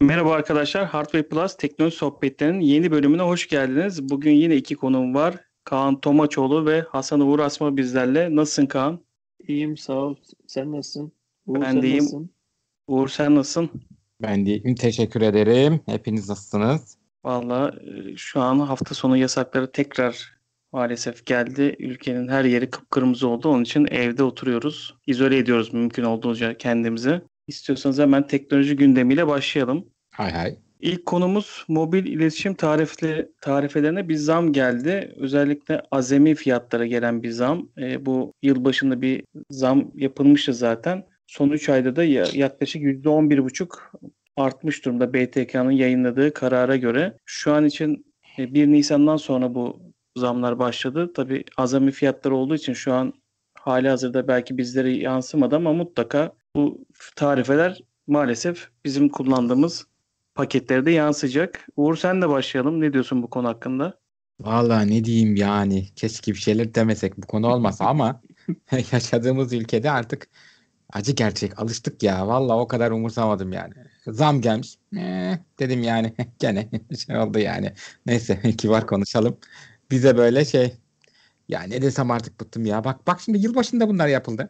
Merhaba arkadaşlar, Hardware Plus teknoloji sohbetlerinin yeni bölümüne hoş geldiniz. Bugün yine iki konuğum var. Kaan Tomaçoğlu ve Hasan Uğur Asma bizlerle. Nasılsın Kaan? İyiyim sağ ol. Sen nasılsın? Uğur Ben sen deyim. nasılsın? Uğur sen nasılsın? Ben de teşekkür ederim. Hepiniz nasılsınız? Valla şu an hafta sonu yasakları tekrar maalesef geldi. Ülkenin her yeri kıpkırmızı oldu. Onun için evde oturuyoruz. İzole ediyoruz mümkün olduğunca kendimizi. İstiyorsanız hemen teknoloji gündemiyle başlayalım. Hay hay. İlk konumuz mobil iletişim tarifelerine bir zam geldi. Özellikle azami fiyatlara gelen bir zam. Bu yıl başında bir zam yapılmıştı zaten. Son 3 ayda da yaklaşık %11,5 artmış durumda BTK'nın yayınladığı karara göre. Şu an için 1 Nisan'dan sonra bu zamlar başladı. Tabii azami fiyatlar olduğu için şu an hali hazırda belki bizlere yansımadı ama mutlaka bu tarifeler maalesef bizim kullandığımız paketlere de yansıyacak. Uğur sen de başlayalım. Ne diyorsun bu konu hakkında? Vallahi ne diyeyim yani. Keşke bir şeyler demesek bu konu olmasa ama yaşadığımız ülkede artık acı gerçek. Alıştık ya. Vallahi o kadar umursamadım yani. Zam gelmiş. Dedim yani gene şey oldu yani. Neyse kibar konuşalım. Bize böyle şey ya ne desem artık bıktım ya. Bak şimdi yılbaşında bunlar yapıldı.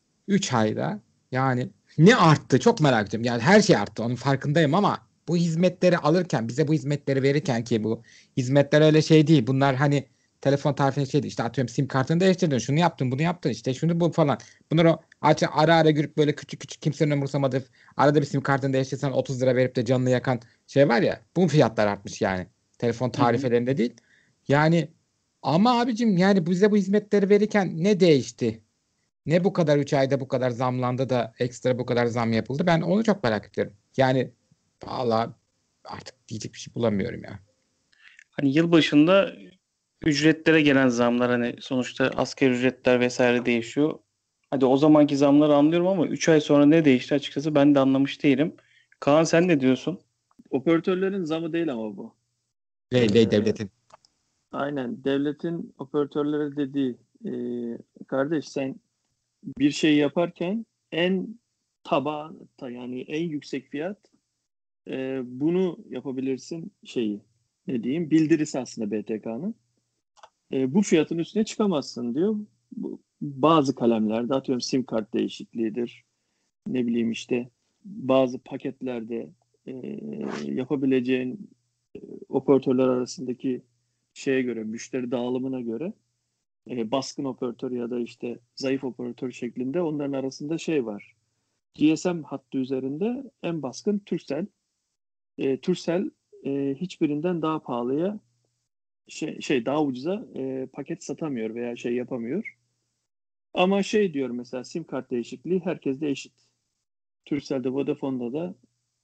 3 ayda yani ne arttı çok merak ediyorum. Yani her şey arttı onun farkındayım ama bu hizmetleri alırken bize bu hizmetleri verirken ki bu hizmetler öyle şey değil. Bunlar hani telefon tarifine şeydi işte atıyorum sim kartını değiştirdin şunu yaptın bunu yaptın işte şunu bu falan. Bunları ara ara girip böyle küçük küçük kimsenin umursamadığı arada bir sim kartını değiştirsen 30 lira verip de canını yakan şey var ya bu fiyatlar artmış yani. Telefon Hı hı. tarifelerinde değil. Yani ama abicim yani bize bu hizmetleri verirken ne değişti? Ne bu kadar 3 ayda bu kadar zamlandı da ekstra bu kadar zam yapıldı? Ben onu çok merak ediyorum. Yani valla artık diyecek bir şey bulamıyorum ya. Hani yılbaşında ücretlere gelen zamlar hani sonuçta asgari ücretler vesaire değişiyor. Hadi o zamanki zamları anlıyorum ama 3 ay sonra ne değişti açıkçası ben de anlamış değilim. Kaan sen ne diyorsun? Operatörlerin zamı değil ama bu. Ley Ee, devletin. aynen devletin operatörlere dediği kardeş sen bir şey yaparken en yani en yüksek fiyat bunu yapabilirsin şeyi ne diyeyim bildirisi aslında BTK'nın. Bu fiyatın üstüne çıkamazsın diyor. Bazı kalemlerde atıyorum sim kart değişikliğidir. Ne bileyim işte bazı paketlerde yapabileceğin operatörler arasındaki şeye göre, müşteri dağılımına göre baskın operatör ya da işte zayıf operatör şeklinde onların arasında şey var. GSM hattı üzerinde en baskın Turkcell. Turkcell hiçbirinden daha pahalıya daha ucuza paket satamıyor veya şey yapamıyor. Ama şey diyor mesela sim kart değişikliği herkeste eşit. Turkcell'de, Vodafone'da da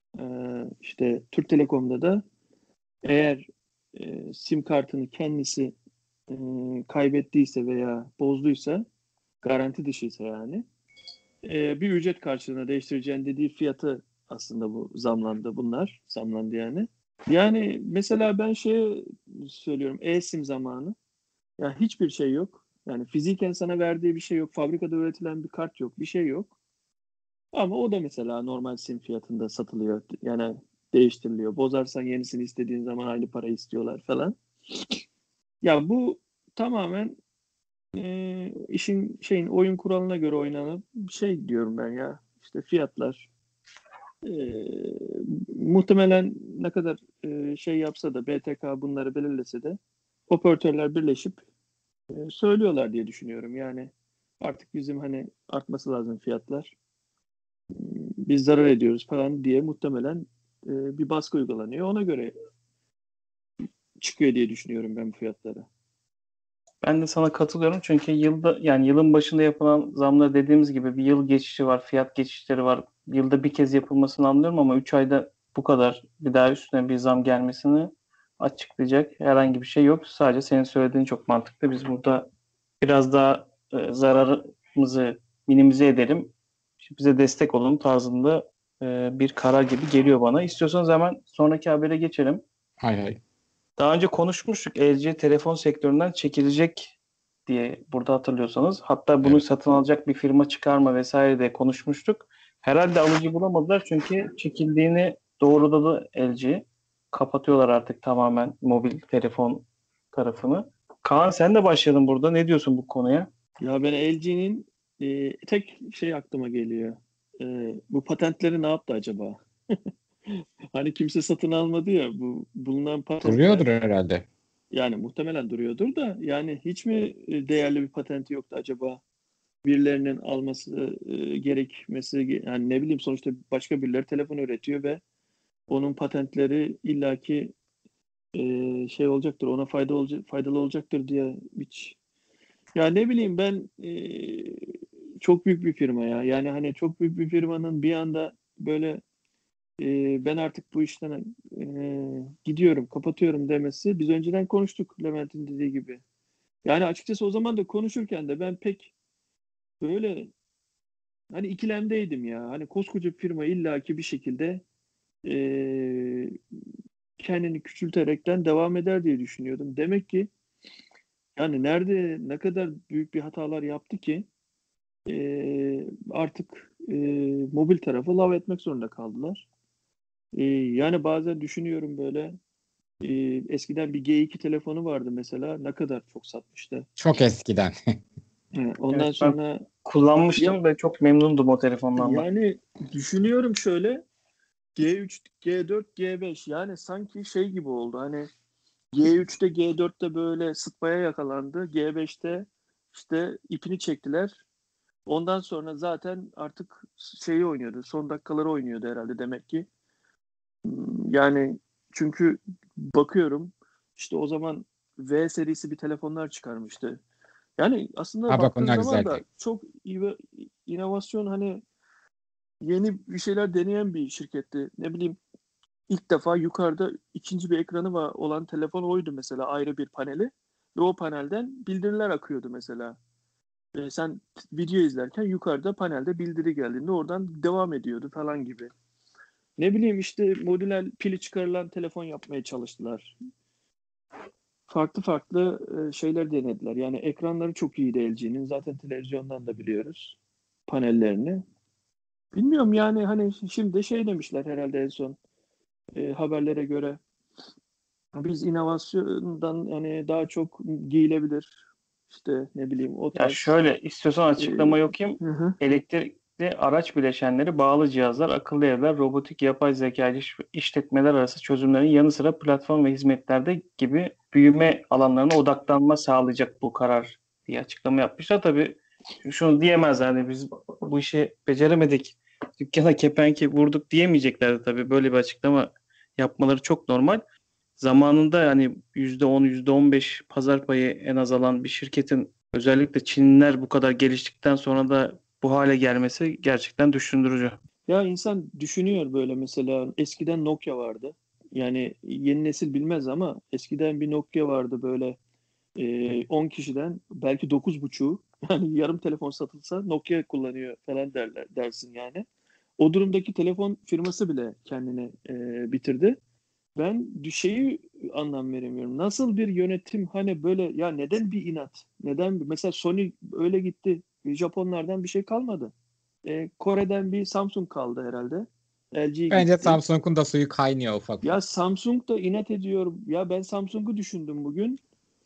işte Türk Telekom'da da eğer sim kartını kendisi e, kaybettiyse veya bozduysa garanti dışıysa yani bir ücret karşılığında değiştireceğin dediği fiyatı aslında bu zamlandı yani. Yani mesela ben söylüyorum e-sim zamanı ya hiçbir şey yok. Yani fiziken sana verdiği bir şey yok. Fabrikada üretilen bir kart yok. Bir şey yok. Ama o da mesela normal sim fiyatında satılıyor. Yani değiştiriliyor. Bozarsan yenisini istediğin zaman aynı parayı istiyorlar falan. Ya bu tamamen işin oyun kuralına göre oynanan bir şey diyorum ben ya. İşte fiyatlar e, muhtemelen ne kadar şey yapsa da BTK bunları belirlese de operatörler birleşip söylüyorlar diye düşünüyorum. Yani artık bizim hani artması lazım fiyatlar. Biz zarar ediyoruz falan diye muhtemelen bir baskı uygulanıyor. Ona göre çıkıyor diye düşünüyorum ben bu fiyatlara. Ben de sana katılıyorum çünkü yılda yani yılın başında yapılan zamlar dediğimiz gibi bir yıl geçişi var, fiyat geçişleri var. Yılda bir kez yapılmasını anlıyorum ama 3 ayda bu kadar bir daha üstüne bir zam gelmesini açıklayacak herhangi bir şey yok. Sadece senin söylediğin çok mantıklı. Biz burada biraz daha zararımızı minimize edelim. Bize destek olun tarzında bir karar gibi geliyor bana. İstiyorsanız hemen sonraki habere geçelim. Hay hay. Daha önce konuşmuştuk LG telefon sektöründen çekilecek diye burada hatırlıyorsanız. Hatta bunu Evet. satın alacak bir firma çıkarma vesaire de konuşmuştuk. Herhalde alıcı bulamadılar çünkü çekildiğini doğruladı LG. Kapatıyorlar artık tamamen mobil telefon tarafını. Kaan sen de başladın burada. Ne diyorsun bu konuya? Ya ben LG'nin tek şey aklıma geliyor. Bu patentleri ne yaptı acaba? Hani kimse satın almadı ya, bu bulunan Duruyordur patentler, herhalde. yani muhtemelen duruyordur da, yani hiç mi değerli bir patenti yoktu acaba? Birilerinin alması gerekmesi, yani ne bileyim, sonuçta başka birileri telefon üretiyor ve onun patentleri illaki şey olacaktır, ona faydalı olacaktır diye hiç, ya ne bileyim ben, çok büyük bir firma ya. Yani hani çok büyük bir firmanın bir anda böyle ben artık bu işten gidiyorum, kapatıyorum demesi, biz önceden konuştuk Levent'in dediği gibi. Yani açıkçası o zaman da konuşurken de ben pek böyle, hani ikilemdeydim ya. Hani koskoca bir firma illaki bir şekilde e, kendini küçülterekten devam eder diye düşünüyordum. Demek ki yani nerede ne kadar büyük bir hatalar yaptı ki artık mobil tarafı lav etmek zorunda kaldılar. Yani bazen düşünüyorum böyle, eskiden bir G2 telefonu vardı mesela, ne kadar çok satmıştı. Çok eskiden. Evet, Ondan ben sonra ya, kullanmıştım ve çok memnundum o telefondan da. yani düşünüyorum şöyle, G3, G4, G5, yani sanki şey gibi oldu, hani G3'te G4'te böyle sıtmaya yakalandı. G5'te işte ipini çektiler. Ondan sonra zaten artık şeyi oynuyordu. Son dakikaları oynuyordu herhalde demek ki. Yani çünkü bakıyorum işte o zaman V serisi bir telefonlar çıkarmıştı. Yani aslında Ha bak baktığın onlar zaman da güzeldi. çok inovasyon, hani yeni bir şeyler deneyen bir şirketti. Ne bileyim, ilk defa yukarıda ikinci bir ekranı olan telefon oydu mesela, ayrı bir paneli. Ve o panelden bildiriler akıyordu mesela. Sen video izlerken yukarıda panelde bildiri geldiğinde oradan devam ediyordu falan gibi. Ne bileyim işte, modüler pili çıkarılan telefon yapmaya çalıştılar. Farklı farklı şeyler denediler. Yani ekranları çok iyiydi LG'nin. Zaten televizyondan da biliyoruz panellerini. Bilmiyorum yani, hani şimdi şey demişler herhalde en son haberlere göre. Biz inovasyondan yani daha çok giyilebilir, işte ne bileyim o Ya tarz. şöyle istiyorsan E, açıklamayı okuyayım. hı hı. Elektrikli araç bileşenleri, bağlı cihazlar, akıllı evler, robotik, yapay zeka işletmeler arası çözümlerin yanı sıra platform ve hizmetlerde gibi büyüme alanlarına odaklanma sağlayacak bu karar diye açıklama yapmışlar. Tabii şunu diyemezler, hani biz bu işi beceremedik, dükkana kepenki vurduk diyemeyeceklerdi tabii. Böyle bir açıklama yapmaları çok normal. Zamanında yani %10, %15 pazar payı en az alan bir şirketin özellikle Çinliler bu kadar geliştikten sonra da bu hale gelmesi gerçekten düşündürücü. Ya insan düşünüyor böyle, mesela eskiden Nokia vardı. Yani yeni nesil bilmez ama eskiden bir Nokia vardı böyle, 10 kişiden belki 9,5'u yani yarım telefon satılsa Nokia kullanıyor falan dersin yani. O durumdaki telefon firması bile kendini bitirdi. Ben şeyi anlam veremiyorum. Nasıl bir yönetim, hani böyle ya, neden bir inat? Mesela Sony öyle gitti. Japonlardan bir şey kalmadı. Kore'den bir Samsung kaldı herhalde. LG Bence gitti. Samsung'un da suyu kaynıyor ufak Ya ufak. Samsung da inat ediyor. Ya ben Samsung'u düşündüm bugün.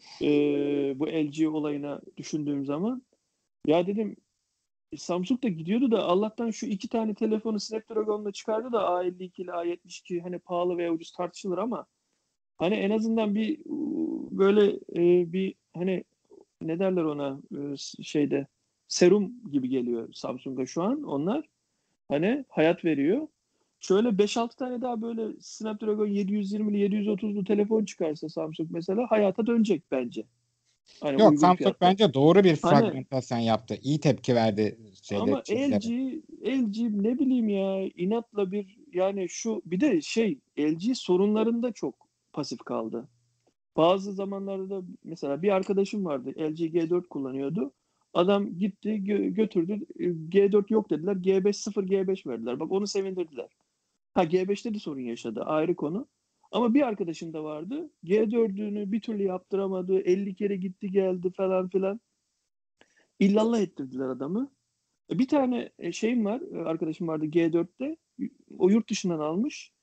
Bu LG olayına düşündüğüm zaman. Ya dedim, Samsung da gidiyordu da Allah'tan şu iki tane telefonu Snapdragon'la çıkardı da, A52 ile A72, hani pahalı veya ucuz tartışılır ama hani en azından bir böyle bir, hani ne derler ona, şeyde serum gibi geliyor Samsung'a şu an onlar. Hani hayat veriyor. Şöyle 5-6 tane daha böyle Snapdragon 720'li 730'lu telefon çıkarsa Samsung mesela, hayata dönecek bence. Hani Yok uygun Samsung fiyatla. bence doğru bir Hani fragmentasyon yaptı. İyi tepki verdi ama Çinlilere. LG ne bileyim ya, inatla bir, yani şu bir de şey, LG sorunlarında çok pasif kaldı. Bazı zamanlarda mesela bir arkadaşım vardı, LG G4 kullanıyordu. Adam gitti götürdü, G4 yok dediler, G5 sıfır G5 verdiler. Bak onu sevindirdiler. Ha, G5'te de sorun yaşadı, ayrı konu. Ama bir arkadaşım da vardı, G4'ünü bir türlü yaptıramadı, 50 kere gitti geldi falan filan. İllallah ettirdiler adamı. Bir tane şeyim var, arkadaşım vardı G4'te. O yurt dışından almış.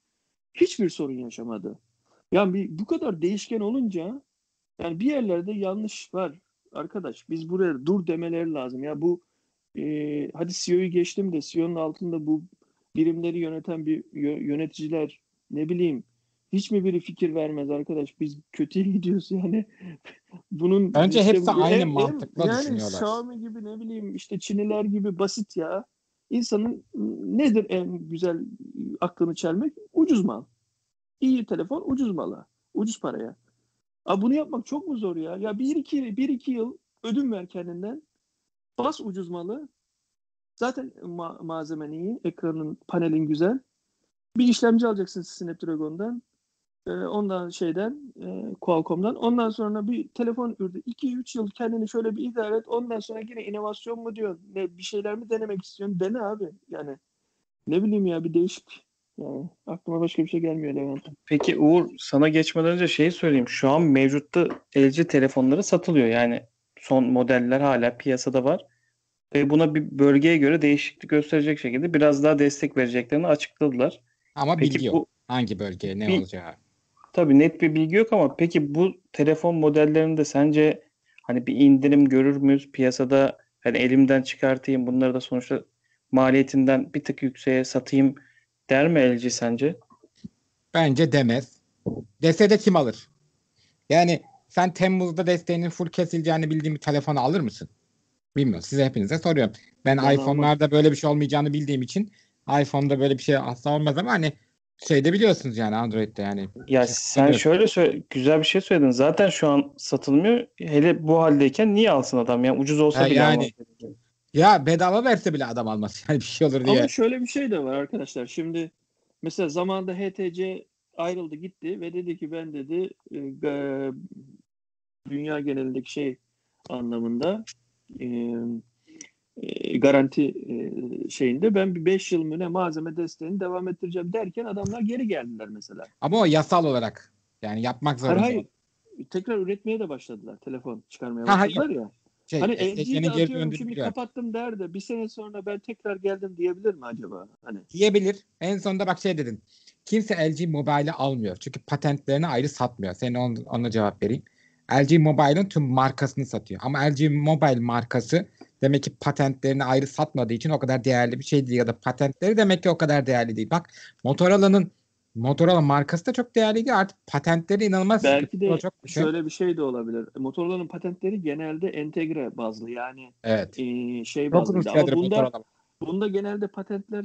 hiçbir sorun yaşamadı. Yani bu kadar değişken olunca yani bir yerlerde yanlış var arkadaş. Biz buraya dur demeleri lazım. Ya bu hadi CEO'yu geçtim de CEO'nun altında bu birimleri yöneten bir yöneticiler ne bileyim hiç mi biri fikir vermez arkadaş? Biz kötüye gidiyoruz yani. Bunun Bence işte hepsi aynı mantıkla yani düşünüyorlar. Xiaomi gibi ne bileyim işte Çinliler gibi basit ya. İnsanın nedir en güzel aklını çelmek? Ucuz mal. İyi telefon ucuz mala. Ucuz paraya. Bunu yapmak çok mu zor ya? Ya bir iki yıl ödün ver kendinden. Bas ucuz malı. Zaten malzemen iyi. Ekranın, panelin güzel. Bir işlemci alacaksın Snapdragon'dan. Ondan Qualcomm'dan. Ondan sonra bir telefon ürünü. 2-3 yıl kendini şöyle bir idare et. Ondan sonra yine inovasyon mu diyorsun? Bir şeyler mi denemek istiyorsun? Dene abi. Yani ne bileyim ya bir değişik. Yani aklıma başka bir şey gelmiyor Levent. Peki Uğur, sana geçmeden önce şeyi söyleyeyim. Şu an mevcutta LG telefonları satılıyor. Yani son modeller hala piyasada var. Ve buna bir bölgeye göre değişiklik gösterecek şekilde biraz daha destek vereceklerini açıkladılar. Ama bilgi Peki yok. bu Hangi bölgeye ne bir olacağı. tabii net bir bilgi yok ama peki bu telefon modellerinde sence hani bir indirim görür müyüz piyasada? Hani elimden çıkartayım bunları da sonuçta maliyetinden bir tık yükseğe satayım der mi LG sence? Bence demez. Dese de kim alır? Yani sen Temmuz'da desteğinin full kesileceğini bildiğin bir telefonu alır mısın? Bilmiyorum. Size hepinize soruyorum. Ben Ben almam. iPhone'larda böyle bir şey olmayacağını bildiğim için iPhone'da böyle bir şey asla olmaz ama hani şeyde biliyorsunuz yani Android'de yani Ya şey sen biliyorsun. şöyle güzel bir şey söyledin. Zaten şu an satılmıyor. Hele bu haldeyken niye alsın adam? Yani ucuz olsa bile almaz. Yani ya bedava verse bile adam almaz yani bir şey olur Ama diye. şöyle bir şey de var arkadaşlar. Şimdi mesela zamanında HTC ayrıldı gitti ve dedi ki ben dedi dünya genelindeki anlamında e, garanti şeyinde ben bir 5 yıl mı ne malzeme desteğini devam ettireceğim derken adamlar geri geldiler mesela. Ama o yasal olarak yani yapmak Hayır zorunda. hayır. Tekrar üretmeye de başladılar. Telefon çıkarmaya Ha hayır. başladılar ya. Şey Hani LG'yi de SSD'nin geri atıyorum döndüğünü şimdi biliyorum. kapattım der de bir sene sonra ben tekrar geldim diyebilir mi acaba? Hani Diyebilir. En sonunda bak şey dedin. Kimse LG Mobile'i almıyor. Çünkü patentlerini ayrı satmıyor. Senin ona cevap vereyim. LG Mobile'ın tüm markasını satıyor. Ama LG Mobile markası demek ki patentlerini ayrı satmadığı için o kadar değerli bir şey değil. Ya da patentleri demek ki o kadar değerli değil. Bak Motorola markası da çok değerli değil. Artık patentleri inanılmaz sıkı. belki O de çok bir şey. şöyle bir şey de olabilir. Motorola'nın patentleri genelde entegre bazlı yani Evet. Çok bazlıydı. Ama Rusya'dır bunda Motorola. genelde patentler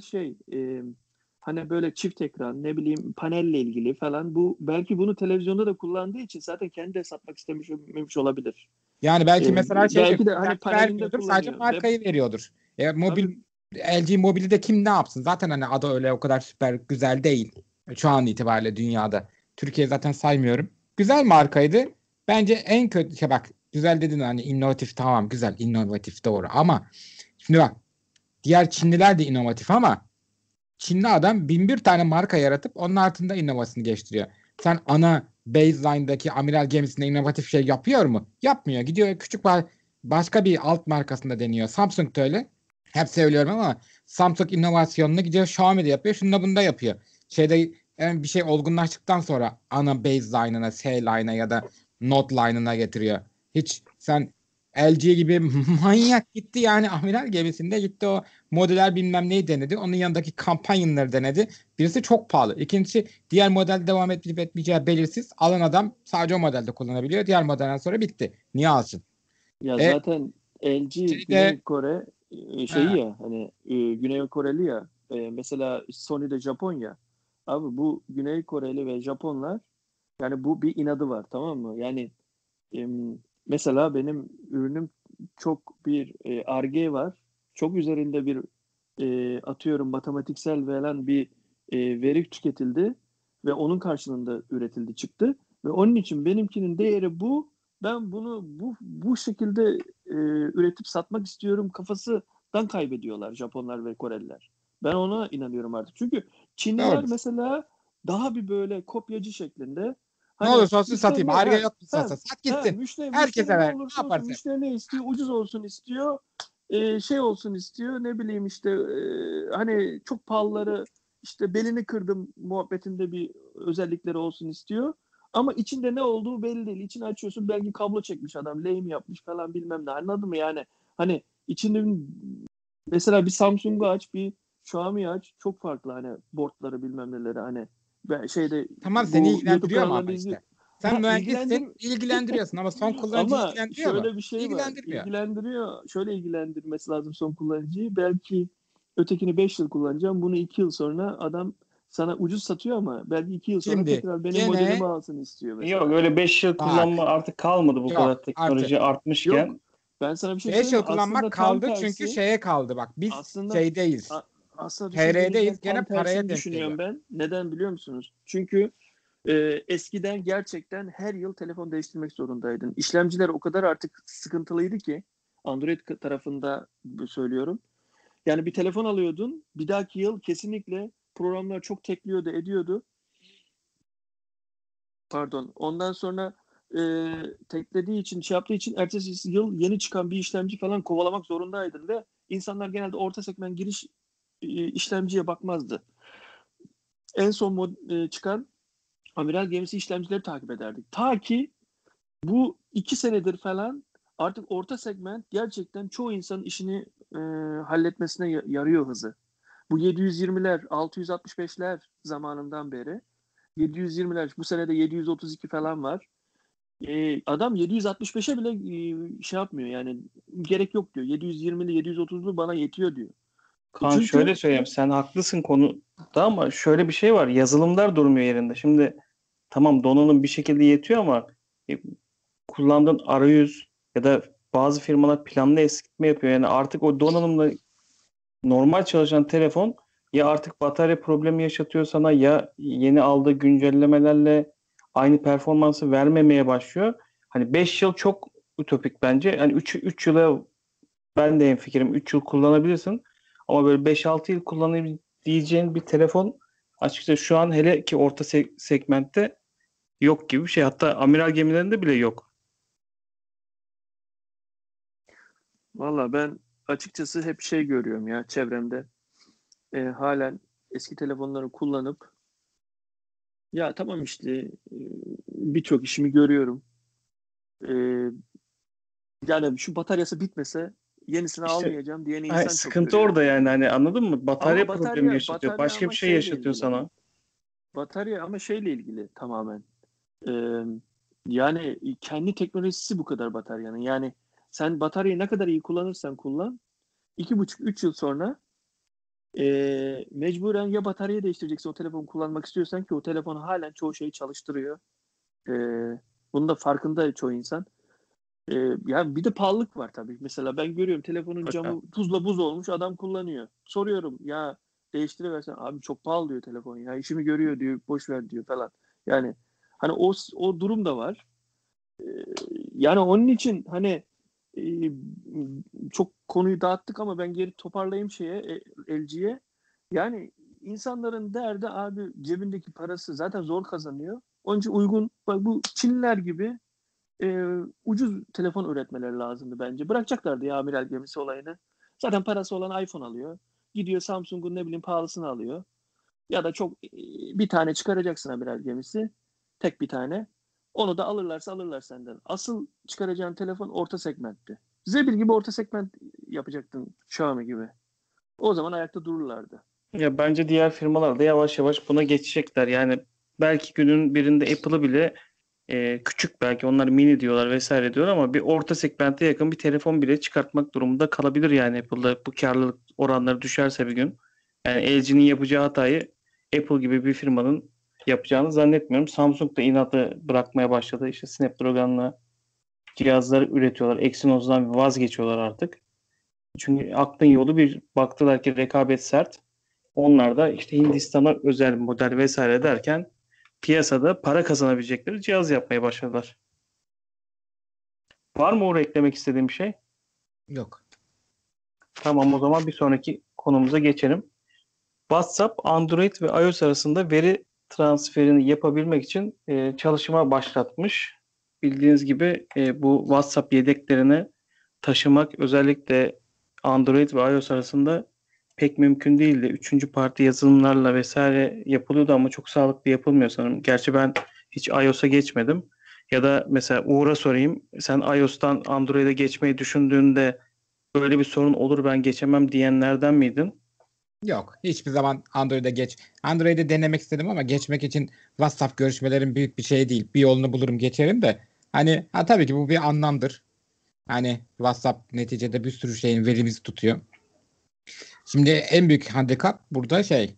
hani böyle çift ekran ne bileyim panelle ilgili falan bu belki bunu televizyonda da kullandığı için zaten kendi de satmak istemiş olabilir. Yani belki mesela şeydir, Belki de hani patenti panelinde vermiyordur, sadece kullanıyor. markayı veriyordur. Tabii LG Mobil'i de kim ne yapsın? Zaten hani adı öyle o kadar süper güzel değil. Şu an itibariyle dünyada. Türkiye zaten saymıyorum. Güzel markaydı. Bence en kötü şey bak güzel dedin hani inovatif tamam güzel inovatif doğru ama şimdi bak diğer Çinliler de inovatif ama Çinli adam bin bir tane marka yaratıp onun altında inovasyonu geliştiriyor. Sen ana baseline'daki amiral gemisinde inovatif şey yapıyor mu? Yapmıyor. Gidiyor küçük başka bir alt markasında deniyor. Samsung da öyle. Hep söylüyorum ama Samsung inovasyonunu gidiyor Xiaomi'de yapıyor. Şunda bunda yapıyor. Bir şey olgunlaştıktan sonra ana baseline'ına, C-line'a ya da Note line'ına getiriyor. Hiç sen LG gibi manyak gitti yani amiral gemisinde gitti o modüler bilmem neyi denedi. Onun yanındaki kampanyaları denedi. Birisi çok pahalı. İkincisi diğer model devam edip etmeyeceği belirsiz. Alan adam sadece o modelde kullanabiliyor. Diğer modelden sonra bitti. Niye alsın? ya E zaten LG şeyde Güney Kore ha, ya hani Güney Koreli ya mesela Sony de Japonya. Abi bu Güney Koreli ve Japonlar yani bu bir inadı var tamam mı? Yani mesela benim ürünüm çok bir Ar-Ge var. Çok üzerinde bir atıyorum matematiksel verilen bir veri tüketildi ve onun karşılığında üretildi çıktı ve onun için benimkinin değeri bu. Ben bunu bu şekilde üretip satmak istiyorum kafasından kaybediyorlar Japonlar ve Koreliler. Ben ona inanıyorum artık. Çünkü Çinliler doğrudur. mesela daha bir böyle kopyacı şeklinde Ne hani olursa olsun satayım. müşteriler Ar-Ge yok mu he, satsa? Sat gitsin. müşteri Herkese ne ver. Ne olursa olsun yaparsa. müşteri ne istiyor? Ucuz olsun istiyor olsun istiyor. Ne bileyim işte hani çok pahalıları işte belini kırdım muhabbetinde bir özellikleri olsun istiyor. Ama içinde ne olduğu belli değil. İçini açıyorsun, belki kablo çekmiş adam, lehim yapmış falan bilmem ne. Anladın mı yani? Hani içinde mesela bir Samsung'u aç, bir Xiaomi aç. Çok farklı hani boardları bilmem neleri hani. Ben Tamam, seni bu YouTube ilgilendiriyor mu kanallarında ama izliyor. işte. Sen İlgilendir mühendissin, ilgilendiriyorsun ama son kullanıcıyı ama ilgilendiriyor mu? şöyle bir şey var. İlgilendirmiyor. İlgilendiriyor. Şöyle ilgilendirmesi lazım son kullanıcıyı. Belki ötekini 5 yıl kullanacağım. Bunu 2 yıl sonra adam sana ucuz satıyor ama belki 2 yıl sonra Şimdi tekrar benim modelimi gene alsın istiyor Yok, mesela. öyle 5 yıl kullanma bak, artık kalmadı, bu kadar yok artık. teknoloji Yok. artmışken. Ben sana bir şey 5 söyleyeyim mi? yıl kullanmak Aslında tam kaldı çünkü tersi. şeye kaldı bak. Biz Aslında şeydeyiz. a- aslında düşündüğünüzden TR'deyiz, gene tam paraya tersini denk düşünüyorum geliyor. ben. Neden biliyor musunuz? Çünkü eskiden gerçekten her yıl telefon değiştirmek zorundaydın. İşlemciler o kadar artık sıkıntılıydı ki, Android tarafında söylüyorum. Yani bir telefon alıyordun, bir dahaki yıl kesinlikle programlar çok tekliyordu, ediyordu. Pardon. Ondan sonra teklediği için, şey yaptığı için ertesi yıl yeni çıkan bir işlemci falan kovalamak zorundaydın ve insanlar genelde orta segment giriş işlemciye bakmazdı. En son çıkan amiral gemisi işlemcileri takip ederdik. Ta ki bu 2 senedir falan artık orta segment gerçekten çoğu insanın işini halletmesine yarıyor hızı. Bu 720'ler, 665'ler zamanından beri 720'ler, bu sene de 732 falan var. Adam 765'e bile şey yapmıyor yani, gerek yok diyor. 720'li 730'lu bana yetiyor diyor. Kaan, Çünkü şöyle söyleyeyim, sen haklısın konuda ama şöyle bir şey var, yazılımlar durmuyor yerinde. Şimdi tamam, donanım bir şekilde yetiyor ama e, kullandığın arayüz ya da bazı firmalar planlı eskitme yapıyor. Yani artık o donanımla normal çalışan telefon ya artık batarya problemi yaşatıyor sana, ya yeni aldığı güncellemelerle aynı performansı vermemeye başlıyor. Hani 5 yıl çok ütopik bence. Hani üç yıla ben de hemfikirim. 3 yıl kullanabilirsin. Ama böyle 5-6 yıl kullanabileceğin bir telefon açıkçası şu an, hele ki orta segmentte yok gibi bir şey. Hatta amiral gemilerinde bile yok. valla ben açıkçası hep şey görüyorum ya çevremde. Halen eski telefonları kullanıp, ya tamam işte, birçok işimi görüyorum. E, Yani şu bataryası bitmese yenisini İşte almayacağım diyen insan çok sıkıntı görüyorum. orada yani, hani anladın mı? Ama Batarya problemi yaşatıyor. batarya Başka ama bir şey şeyle yaşatıyor ilgili. sana. Batarya ama şeyle ilgili tamamen. Ee, Yani kendi teknolojisi bu kadar bataryanın. Yani sen bataryayı ne kadar iyi kullanırsan kullan, 2,5-3 yıl sonra mecburen ya bataryayı değiştireceksin o telefonu kullanmak istiyorsan, ki o telefon halen çoğu şeyi çalıştırıyor. Bunun da farkında çoğu insan. Yani bir de pahalılık var tabii. Mesela ben görüyorum, telefonun Mutlaka. camı tuzla buz olmuş, adam kullanıyor. Soruyorum ya, değiştiriversen, abi çok pahalı diyor telefon, ya işimi görüyor diyor, boş ver diyor falan. Yani hani o durum da var. Ee, Yani onun için hani e, çok konuyu dağıttık ama ben geri toparlayayım LG'ye. Yani insanların derdi, abi cebindeki parası zaten zor kazanıyor. Onun için uygun, bak bu Çinliler gibi ucuz telefon üretmeleri lazımdı bence. Bırakacaklardı ya amiral gemisi olayını. Zaten parası olan iPhone alıyor. Gidiyor Samsung'un ne bileyim pahalısını alıyor. Ya da çok bir tane çıkaracaksın amiral gemisi. Tek bir tane. Onu da alırlarsa alırlar senden. Asıl çıkaracağın telefon orta segmentti. Zebil gibi orta segment yapacaktın, Xiaomi gibi. O zaman ayakta dururlardı. Ya bence diğer firmalar da yavaş yavaş buna geçecekler. Yani belki günün birinde Apple'ı bile küçük, belki onlar mini diyorlar vesaire diyor ama bir orta segmente yakın bir telefon bile çıkartmak durumunda kalabilir yani Apple'da, bu karlılık oranları düşerse bir gün. Yani LG'nin yapacağı hatayı Apple gibi bir firmanın yapacağını zannetmiyorum. Samsung da inatı bırakmaya başladı. İşte Snapdragon'la cihazlar üretiyorlar. Exynos'dan vazgeçiyorlar artık. Çünkü aklın yolu bir, baktılar ki rekabet sert. Onlar da işte Hindistan'a özel model vesaire derken piyasada para kazanabilecekleri cihaz yapmaya başladılar. Var mı oraya eklemek istediğim bir şey? Yok. Tamam, o zaman bir sonraki konumuza geçelim. WhatsApp, Android ve iOS arasında veri transferini yapabilmek için çalışma başlatmış. Bildiğiniz gibi bu WhatsApp yedeklerini taşımak özellikle Android ve iOS arasında pek mümkün değildi. Üçüncü parti yazılımlarla vesaire yapılıyordu ama çok sağlıklı yapılmıyor sanırım. Gerçi ben hiç iOS'a geçmedim. Ya da mesela Uğur'a sorayım. Sen iOS'tan Android'e geçmeyi düşündüğünde böyle bir sorun olur ben geçemem diyenlerden miydin? Yok. Hiçbir zaman Android'e denemek istedim ama geçmek için WhatsApp görüşmelerim büyük bir şey değil. Bir yolunu bulurum geçerim de. Hani tabii ki bu bir anlamdır. Hani WhatsApp neticede bir sürü şeyin verimizi tutuyor. Şimdi en büyük handikap burada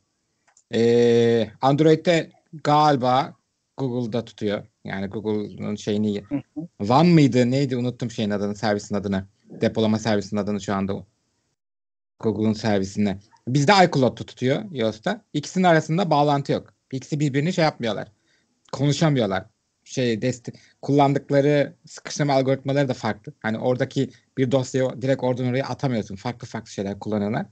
Android'de galiba Google'da tutuyor. Yani Google'ın şeyini Hı hı. One mıydı neydi unuttum şeyin adını, servisin adını. Depolama servisinin adını şu anda o. Google'un servisinde. Bizde iCloud tutuyor iOS'ta. İkisinin arasında bağlantı yok. İkisi birbirini şey yapmıyorlar. Konuşamıyorlar. Kullandıkları sıkıştırma algoritmaları da farklı. Hani oradaki bir dosyayı direkt oradan oraya atamıyorsun. Farklı farklı şeyler kullanıyorlar.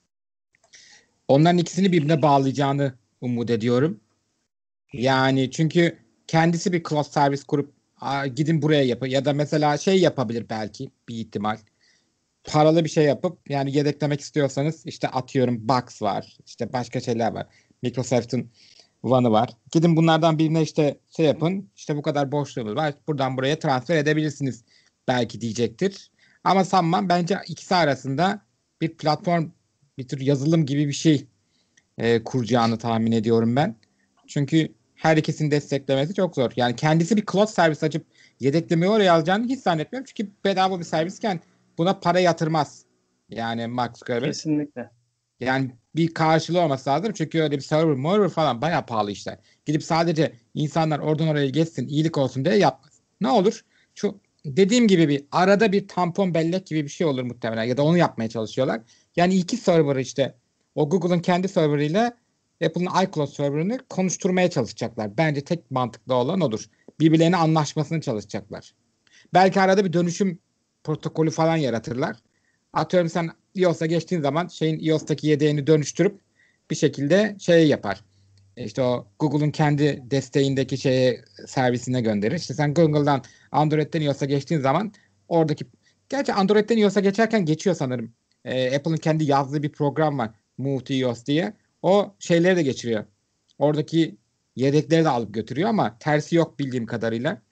Onların ikisini birbirine bağlayacağını umut ediyorum. Yani çünkü kendisi bir cloud servis kurup gidin buraya yapın ya da mesela şey yapabilir belki bir ihtimal. Paralı bir şey yapıp yani yedeklemek istiyorsanız işte atıyorum Box var. İşte başka şeyler var. Microsoft'un One'ı var. Gidin bunlardan birine işte şey yapın. İşte bu kadar boşluğumuz var. Buradan buraya transfer edebilirsiniz belki diyecektir. Ama sanmam. Bence ikisi arasında bir platform, bir tür yazılım gibi bir şey kuracağını tahmin ediyorum ben. Çünkü her ikisini desteklemesi çok zor. Yani kendisi bir cloud servis açıp yedeklemeyi oraya alacağını hiç zannetmiyorum. Çünkü bedava bir servisken buna para yatırmaz. Yani Mark Zuckerberg. Kesinlikle. Yani bir karşılığı olması lazım. Çünkü öyle bir server falan bayağı pahalı işler. Gidip sadece insanlar oradan oraya geçsin, iyilik olsun diye yapmaz. Ne olur? Şu dediğim gibi bir arada bir tampon bellek gibi bir şey olur muhtemelen. Ya da onu yapmaya çalışıyorlar. Yani iki server'ı işte o Google'ın kendi serverıyla Apple'ın iCloud serverını konuşturmaya çalışacaklar. Bence tek mantıklı olan odur. Birbirlerine anlaşmasını çalışacaklar. Belki arada bir dönüşüm protokolü falan yaratırlar. Atıyorum sen iOS'a geçtiğin zaman şeyin iOS'taki yedeğini dönüştürüp bir şekilde şey yapar. İşte o Google'un kendi desteğindeki servisine gönderir. İşte sen Google'dan Android'den iOS'a geçtiğin zaman oradaki gerçi Android'den iOS'a geçerken geçiyor sanırım. Apple'ın kendi yazdığı bir program var. Move to iOS diye. O şeyleri de geçiriyor. Oradaki yedekleri de alıp götürüyor ama tersi yok bildiğim kadarıyla.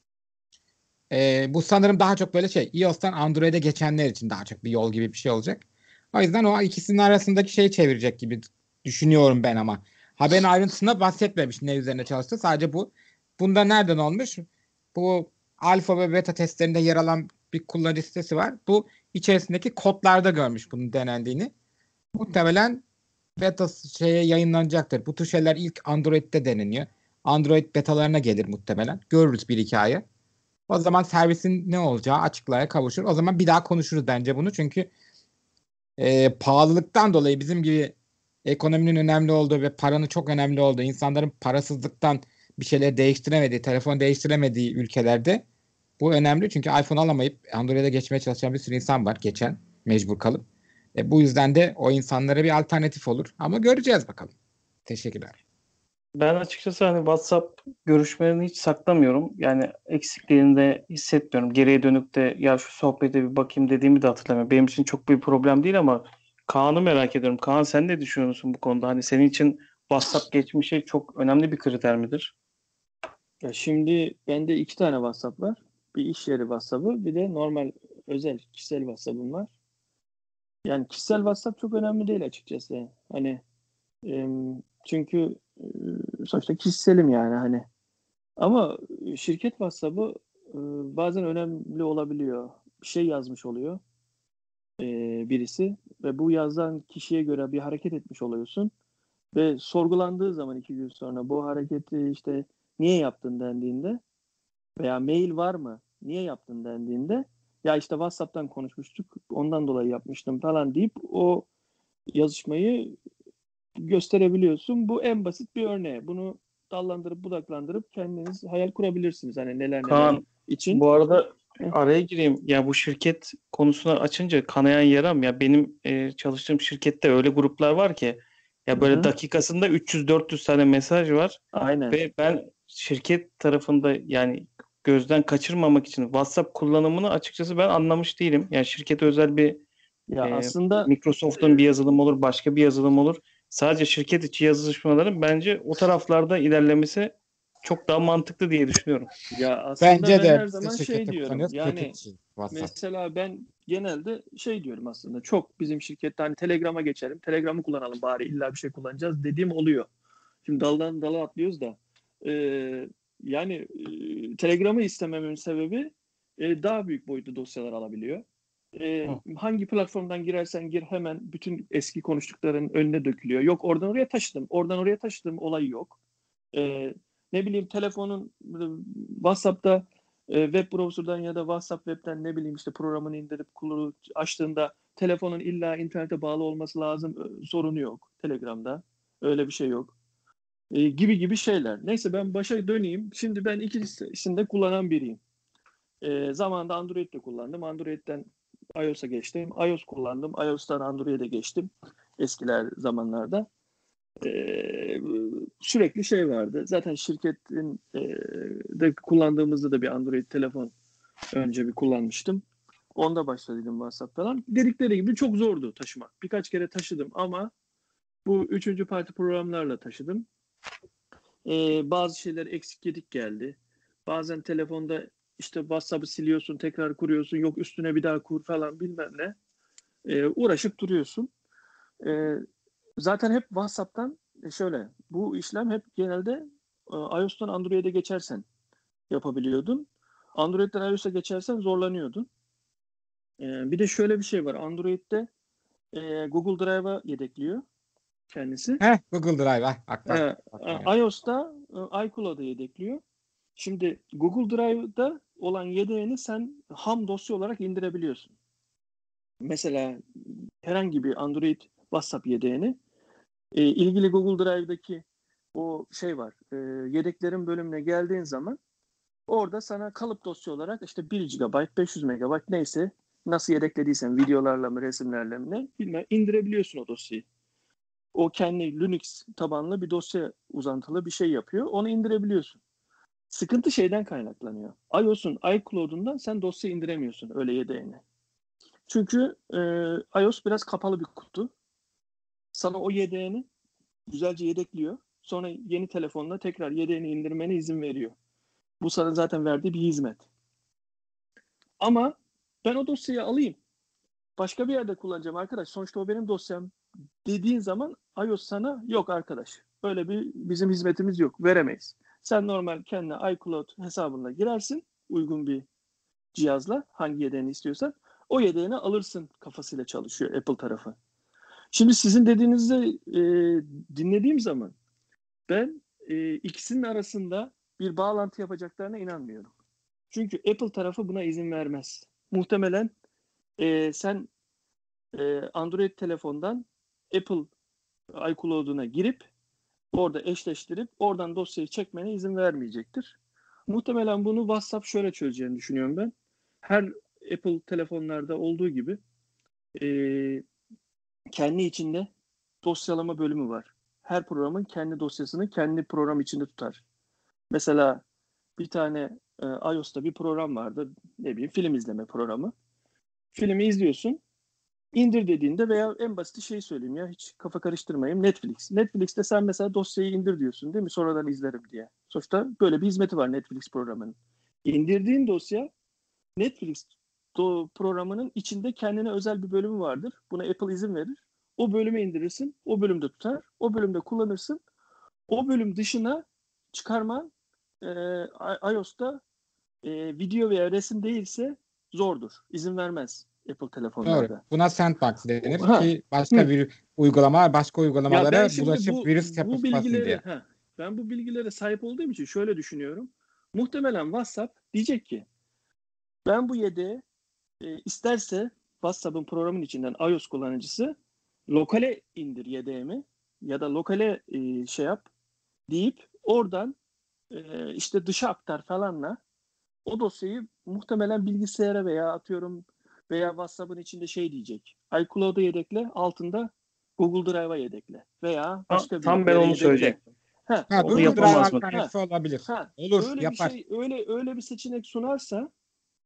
Bu sanırım daha çok böyle iOS'tan Android'e geçenler için daha çok bir yol gibi bir şey olacak. O yüzden o ikisinin arasındaki şeyi çevirecek gibi düşünüyorum ben ama. Haberin ayrıntısında bahsetmemiş ne üzerine çalıştı. Sadece bu. Bunda nereden olmuş? Bu alfa ve beta testlerinde yer alan bir kullanıcı sitesi var. Bu içerisindeki kodlarda görmüş bunun denendiğini. Muhtemelen beta yayınlanacaktır. Bu tür şeyler ilk Android'de deneniyor. Android betalarına gelir muhtemelen. Görürüz bir hikaye. O zaman servisin ne olacağı açıklığa kavuşur. O zaman bir daha konuşuruz bence bunu. Çünkü pahalılıktan dolayı bizim gibi ekonominin önemli olduğu ve paranın çok önemli olduğu, insanların parasızlıktan bir şeyleri değiştiremediği, telefon değiştiremediği ülkelerde bu önemli. Çünkü iPhone alamayıp Android'e geçmeye çalışan bir sürü insan var geçen mecbur kalıp. Bu yüzden de o insanlara bir alternatif olur. Ama göreceğiz bakalım. Teşekkürler. Ben açıkçası hani WhatsApp görüşmelerini hiç saklamıyorum. Yani eksikliğini de hissetmiyorum. Geriye dönüp de ya şu sohbete bir bakayım dediğimi de hatırlamıyorum. Benim için çok bir problem değil ama Kaan'ı merak ediyorum. Kaan sen ne düşünüyorsun bu konuda? Hani senin için WhatsApp geçmişi çok önemli bir kriter midir? Ya şimdi bende iki tane WhatsApp var. Bir iş yeri WhatsApp'ı, bir de normal özel kişisel WhatsApp'ım var. Yani kişisel WhatsApp çok önemli değil açıkçası. Hani çünkü sonuçta kişiselim yani hani. Ama şirket WhatsApp'ı bazen önemli olabiliyor. Bir şey yazmış oluyor birisi ve bu yazan kişiye göre bir hareket etmiş oluyorsun ve sorgulandığı zaman 2 gün sonra bu hareketi işte niye yaptın dendiğinde veya mail var mı niye yaptın dendiğinde ya işte WhatsApp'tan konuşmuştuk ondan dolayı yapmıştım falan deyip o yazışmayı gösterebiliyorsun. Bu en basit bir örneği. Bunu dallandırıp budaklandırıp kendiniz hayal kurabilirsiniz. Hani neler neler Kaan için. bu arada Heh. araya gireyim. Ya bu şirket konusunu açınca kanayan yaram ya benim çalıştığım şirkette öyle gruplar var ki ya böyle Hı-hı. dakikasında 300-400 tane mesaj var. Aynen. Ve ben şirket tarafında yani gözden kaçırmamak için WhatsApp kullanımını açıkçası ben anlamış değilim. Yani şirkete özel bir Ya aslında Microsoft'un bir yazılımı olur, başka bir yazılım olur. Sadece şirket içi yazışmaların bence o taraflarda ilerlemesi çok daha mantıklı diye düşünüyorum. ya aslında Bence ben de her biz de zaman şirkette diyorum. kullanıyoruz. Şirket Yani için WhatsApp. mesela ben genelde diyorum aslında. Çok bizim şirkette hani Telegram'a geçelim. Telegram'ı kullanalım bari, illa bir şey kullanacağız dediğim oluyor. Şimdi daldan dala atlıyoruz da. E, Telegram'ı istememin sebebi daha büyük boyutlu dosyalar alabiliyor. Hı. Hangi platformdan girersen gir hemen bütün eski konuştukların önüne dökülüyor. Yok oradan oraya taşıdım, oradan oraya taşıdım olayı yok. Ne bileyim telefonun WhatsApp'ta web browser'dan ya da WhatsApp web'ten ne bileyim işte programını indirip açtığında telefonun illa internete bağlı olması lazım, sorunu yok Telegram'da. Öyle bir şey yok. Gibi gibi şeyler. Neyse ben başa döneyim. Şimdi ben ikisini de kullanan biriyim. Zamanında Android'de kullandım. Android'den iOS'a geçtim. iOS kullandım. iOS'tan Android'e geçtim. Eskiler zamanlarda. Sürekli vardı. Zaten şirketin de kullandığımızda da bir Android telefon önce bir kullanmıştım. Onda başladıydım WhatsApp falan. Dedikleri gibi çok zordu taşımak. Birkaç kere taşıdım ama bu üçüncü parti programlarla taşıdım. Bazı şeyler eksik gedik geldi. Bazen telefonda işte WhatsApp'ı siliyorsun, tekrar kuruyorsun. Yok üstüne bir daha kur falan bilmem ne. Uğraşıp duruyorsun. Zaten hep WhatsApp'tan bu işlem hep genelde iOS'tan Android'e geçersen yapabiliyordun. Android'den iOS'a geçersen zorlanıyordun. Bir de şöyle bir şey var. Android'de Google Drive'a yedekliyor kendisi. Google Drive. Bak. iOS'ta iCloud'a yedekliyor. Şimdi Google Drive'da olan yedeğini sen ham dosya olarak indirebiliyorsun. Mesela herhangi bir Android WhatsApp yedeğini ilgili Google Drive'daki o var. Yedeklerin bölümüne geldiğin zaman orada sana kalıp dosya olarak işte 1 GB, 500 MB neyse nasıl yedeklediysen videolarla mı resimlerle mi ne bilmem indirebiliyorsun o dosyayı. O kendi Linux tabanlı bir dosya uzantılı bir şey yapıyor. Onu indirebiliyorsun. Sıkıntı şeyden kaynaklanıyor. iOS'un iCloud'undan sen dosya indiremiyorsun öyle yedeğini. Çünkü iOS biraz kapalı bir kutu. Sana o yedeğini güzelce yedekliyor. Sonra yeni telefonla tekrar yedeğini indirmene izin veriyor. Bu sana zaten verdiği bir hizmet. Ama ben o dosyayı alayım. Başka bir yerde kullanacağım arkadaş. Sonuçta o benim dosyam dediğin zaman iOS sana yok arkadaş. Böyle bizim hizmetimiz yok. Veremeyiz. Sen normal kendi iCloud hesabına girersin. Uygun bir cihazla hangi yedeğini istiyorsan o yedeğini alırsın kafasıyla çalışıyor Apple tarafı. Şimdi sizin dediğinizi dinlediğim zaman ben ikisinin arasında bir bağlantı yapacaklarına inanmıyorum. Çünkü Apple tarafı buna izin vermez. Muhtemelen sen Android telefondan Apple iCloud'una girip orada eşleştirip oradan dosyayı çekmene izin vermeyecektir. Muhtemelen bunu WhatsApp şöyle çözeceğini düşünüyorum ben. Her Apple telefonlarda olduğu gibi kendi içinde dosyalama bölümü var. Her programın kendi dosyasını kendi program içinde tutar. Mesela bir tane iOS'ta bir program vardı. Ne bileyim film izleme programı. Filmi izliyorsun. İndir dediğinde veya en basit söyleyeyim ya hiç kafa karıştırmayayım Netflix. Netflix'te sen mesela dosyayı indir diyorsun değil mi? Sonradan izlerim diye. Sonuçta böyle bir hizmeti var Netflix programının. İndirdiğin dosya Netflix programının içinde kendine özel bir bölümü vardır. Buna Apple izin verir. O bölümü indirirsin. O bölümde tutar. O bölümde kullanırsın. O bölüm dışına çıkarman iOS'ta video veya resim değilse zordur. İzin vermez Apple Doğru. telefonlarda. Buna sandbox denir Ha. ki başka bir uygulamalar başka Ya ben uygulamalara şimdi bulaşıp virüs bu yapışmasın diye. ben bu bilgilere sahip olduğum için şöyle düşünüyorum. Muhtemelen WhatsApp diyecek ki ben bu yedeği isterse WhatsApp'ın programın içinden iOS kullanıcısı lokale indir yedeğimi ya da lokale yap deyip oradan işte dışa aktar falanla o dosyayı muhtemelen bilgisayara veya atıyorum veya WhatsApp'ın içinde diyecek. iCloud'a yedekle, altında Google Drive'a yedekle veya başka bir Tam ben yere onu yedekle. söyleyecektim. Onu Google Drive yapamaz mı? alternatifi olabilir. Ha, Olur, öyle bir yapar. öyle bir seçenek sunarsa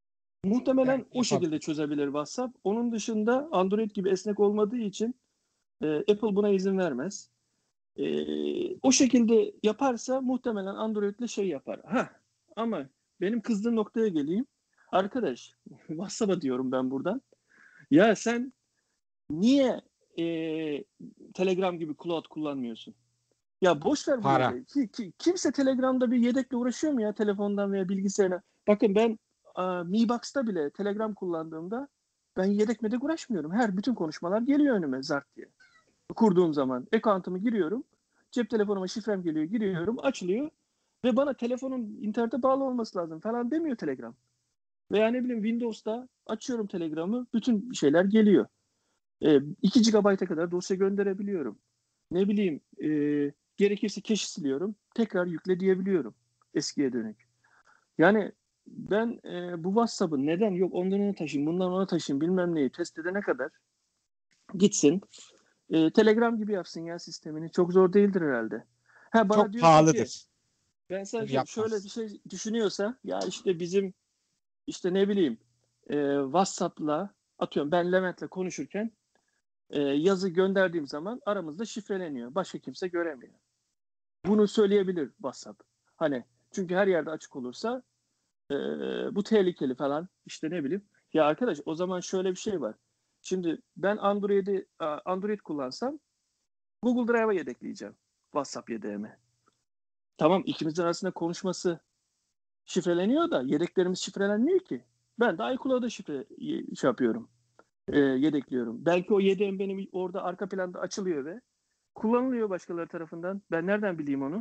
Muhtemelen Yani o şekilde çözebilir WhatsApp. Onun dışında Android gibi esnek olmadığı için Apple buna izin vermez. O şekilde yaparsa muhtemelen Android'le şey yapar. Ama benim kızdığım noktaya geleyim. Arkadaş, WhatsApp'a diyorum ben buradan. Ya sen niye Telegram gibi cloud kullanmıyorsun? Ya boş ver bu para. yedeği. Kimse Telegram'da bir yedekle uğraşıyor mu ya telefondan veya bilgisayarına? Bakın ben Mi Box'ta bile Telegram kullandığımda ben yedek medek uğraşmıyorum. Bütün konuşmalar geliyor önüme zart diye. Kurduğum zaman account'umu giriyorum. Cep telefonuma şifrem geliyor, giriyorum, açılıyor ve bana telefonun internete bağlı olması lazım falan demiyor Telegram. Veya ne bileyim Windows'ta açıyorum Telegram'ı, bütün şeyler geliyor. 2 GB'a kadar dosya gönderebiliyorum. Ne bileyim gerekirse cache siliyorum. Tekrar yükle diyebiliyorum eskiye dönük. Yani ben bu WhatsApp'ın neden yok ondan ona taşıyayım, bundan ona taşıyayım bilmem neyi test edene kadar gitsin. Telegram gibi yapsın ya sistemini. Çok zor değildir herhalde. Bana Çok diyorsa ki pahalıdır. ben sadece şöyle bir Yapmaz. şey düşünüyorsa ya işte bizim işte ne bileyim WhatsApp'la atıyorum ben Levent'le konuşurken yazı gönderdiğim zaman aramızda şifreleniyor. Başka kimse göremiyor. Bunu söyleyebilir WhatsApp. Hani çünkü her yerde açık olursa bu tehlikeli falan işte ne bileyim. Ya arkadaş o zaman şöyle bir şey var. Şimdi ben Android kullansam Google Drive'a yedekleyeceğim WhatsApp yedeğimi. Tamam ikimizin arasında konuşması şifreleniyor da yedeklerimiz şifrelenmiyor ki. Ben de iCloud'a şey yapıyorum. Yedekliyorum. Belki o yedeğim benim orada arka planda açılıyor ve kullanılıyor başkaları tarafından. Ben nereden bileyim onu?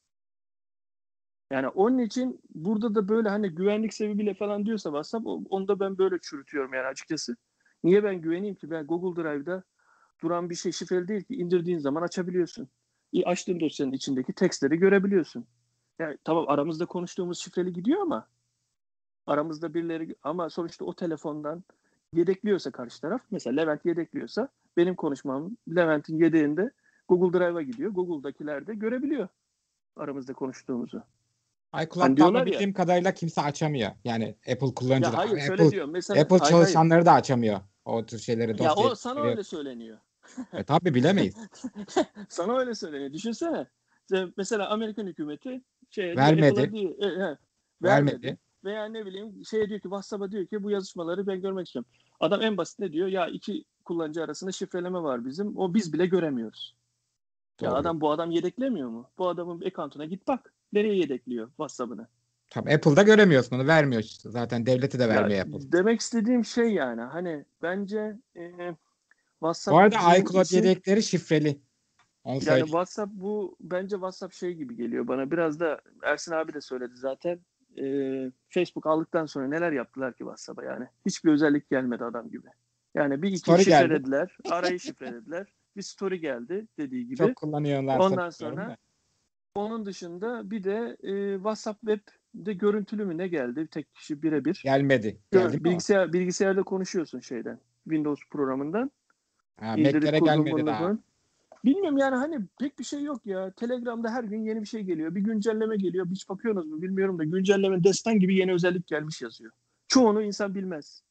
Yani onun için burada da böyle hani güvenlik sebebiyle falan diyorsa WhatsApp onu da ben böyle çürütüyorum yani açıkçası. Niye ben güveneyim ki? Ben Google Drive'da duran bir şey şifreli değil ki. İndirdiğin zaman açabiliyorsun. Açtığın dosyanın içindeki tekstleri görebiliyorsun. Yani tamam aramızda konuştuğumuz şifreli gidiyor ama aramızda birileri ama sonuçta o telefondan yedekliyorsa karşı taraf mesela Levent yedekliyorsa benim konuşmam Levent'in yedeğinde Google Drive'a gidiyor. Google'dakiler de görebiliyor aramızda konuştuğumuzu. Hani iCloud'dan da diyorlar ya bildiğim kadarıyla kimse açamıyor. Yani Apple ya kullanıcılar. hayır şöyle Apple diyor mesela Apple hayır çalışanları da açamıyor. O tür şeyleri ya dosyayı o sana veriyor. öyle söyleniyor. Tabii bilemeyiz. Sana öyle söyleniyor. Düşünsene. İşte mesela Amerikan hükümeti diyor Apple'a Vermedi. diyor vermedi. Vermedi. Veya ne bileyim diyor ki WhatsApp'a diyor ki bu yazışmaları ben görmek istiyorum. Adam en basit ne diyor? Ya iki kullanıcı arasında şifreleme var bizim. O biz bile göremiyoruz. Doğru. Bu adam yedeklemiyor mu? Bu adamın account'una git bak. Nereye yedekliyor WhatsApp'ını? Tabii Apple'da göremiyorsun onu. Vermiyor işte. Zaten devleti de Ya vermiyor Apple. demek istediğim şey yani hani bence Bu WhatsApp arada bu iCloud işin yedekleri şifreli. Onu yani söyleyeyim. WhatsApp bence WhatsApp şey gibi geliyor bana. Biraz da Ersin abi de söyledi zaten. Facebook aldıktan sonra neler yaptılar ki WhatsApp'a yani. Hiçbir özellik gelmedi adam gibi. Yani bir iki Story geldi. şifrelediler. Arayı şifrelediler. Bir story geldi dediği gibi. Çok kullanıyorlarsa Ondan bilmiyorum sonra da. onun dışında bir de WhatsApp Web'de görüntülü mü ne geldi? Tek kişi birebir. Gelmedi. Geldi mi o? Bilgisayarda konuşuyorsun şeyden. Windows programından. Ha, İndirip Mac'lere kurdum gelmedi bunu daha. falan. Bilmiyorum yani hani pek bir şey yok ya. Telegram'da her gün yeni bir şey geliyor. Bir güncelleme geliyor. Hiç bakıyorsunuz mu bilmiyorum da güncelleme destan gibi yeni özellik gelmiş yazıyor. Çoğunu insan bilmez.